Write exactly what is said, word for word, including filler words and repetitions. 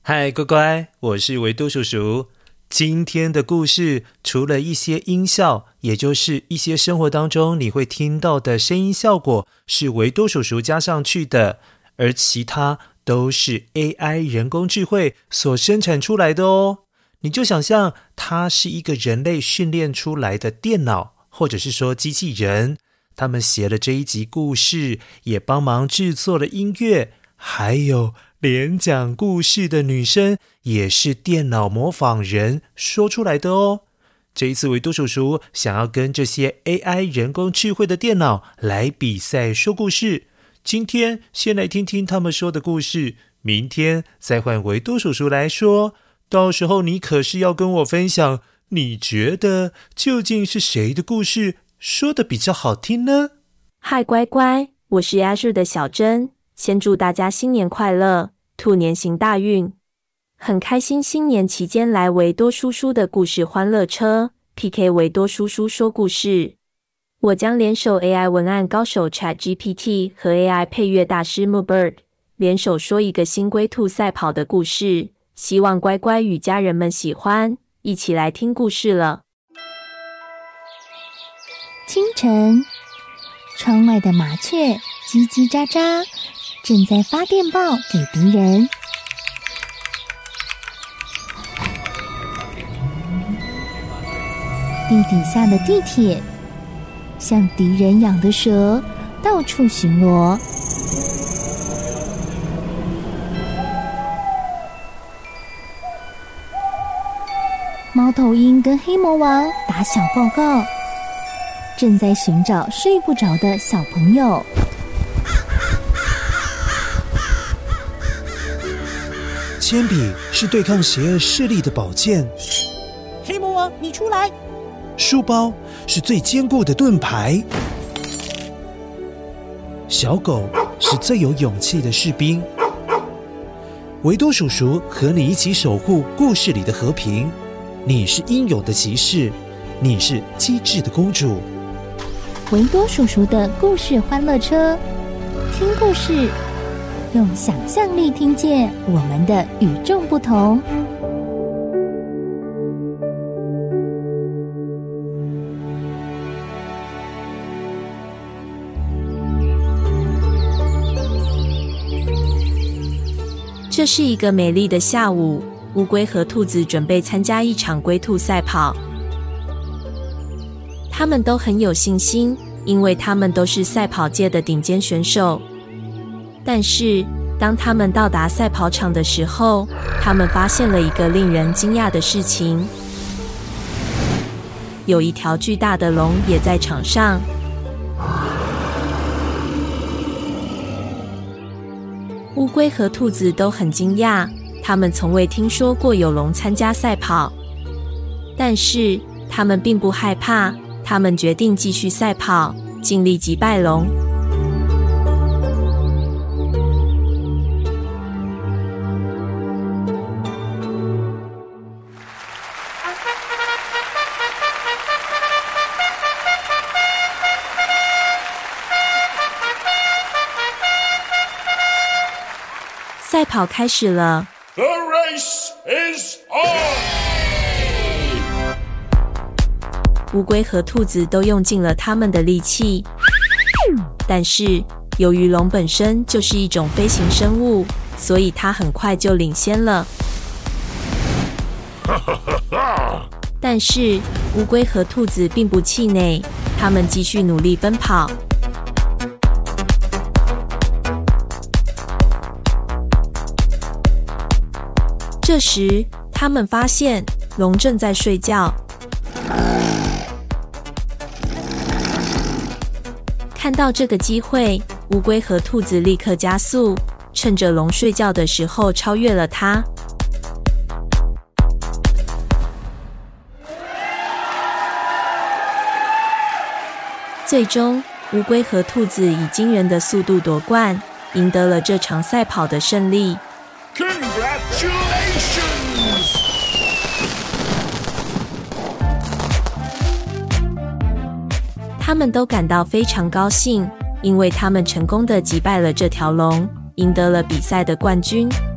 嗨，乖乖，我是维多叔叔。今天的故事除了一些音效，也就是一些生活当中你会听到的声音效果是维多叔叔加上去的，而其他都是 A I 人工智慧所生产出来的哦。你就想象它是一个人类训练出来的电脑，或者是说机器人，他们写了这一集故事，也帮忙制作了音乐，还有连讲故事的女生也是电脑模仿人说出来的哦。这一次维多叔叔想要跟这些 A I 人工智慧的电脑来比赛说故事，今天先来听听他们说的故事，明天再换维多叔叔来说，到时候你可是要跟我分享，你觉得究竟是谁的故事说的比较好听呢？ 嗨乖乖，我是 Azure 的小珍，先祝大家新年快乐，兔年行大运。很开心新年期间来维多叔叔的故事欢乐车 P K 维多叔叔说故事。我将联手 A I 文案高手 ChatGPT 和 A I 配乐大师 Moobird 联手说一个新龟兔赛跑的故事，希望乖乖与家人们喜欢，一起来听故事了。 清晨，窗外的麻雀叽叽喳喳，正在发电报给敌人。地底下的地铁，像敌人养的蛇，到处巡逻。猫头鹰跟黑魔王打小报告，正在寻找睡不着的小朋友。 铅笔是对抗邪恶势力的宝剑， 黑魔王，你出来！ 书包是最坚固的盾牌，小狗是最有勇气的士兵。维多叔叔和你一起守护故事里的和平，你是英勇的骑士，你是机智的公主。 维多叔叔的故事欢乐车，听故事，用想象力听见我们的与众不同。 这是一个美丽的下午，乌龟和兔子准备参加一场龟兔赛跑。他们都很有信心，因为他们都是赛跑界的顶尖选手。但是当他们到达赛跑场的时候，他们发现了一个令人惊讶的事情。有一条巨大的龙也在场上。乌龟和兔子都很惊讶，他们从未听说过有龙参加赛跑。但是他们并不害怕，他们决定继续赛跑，尽力击败龙。赛跑开始了。 The race is on! 乌龟和兔子都用尽了他们的力气，但是由于龙本身就是一种飞行生物，所以它很快就领先了。但是乌龟和兔子并不气馁，他们继续努力奔跑。这时，他们发现龙正在睡觉。看到这个机会，乌龟和兔子立刻加速，趁着龙睡觉的时候超越了它。最终，乌龟和兔子以惊人的速度夺冠，赢得了这场赛跑的胜利。 Congratulations! 他们都感到非常高兴，因为他们成功地击败了这条龙，赢得了比赛的冠军。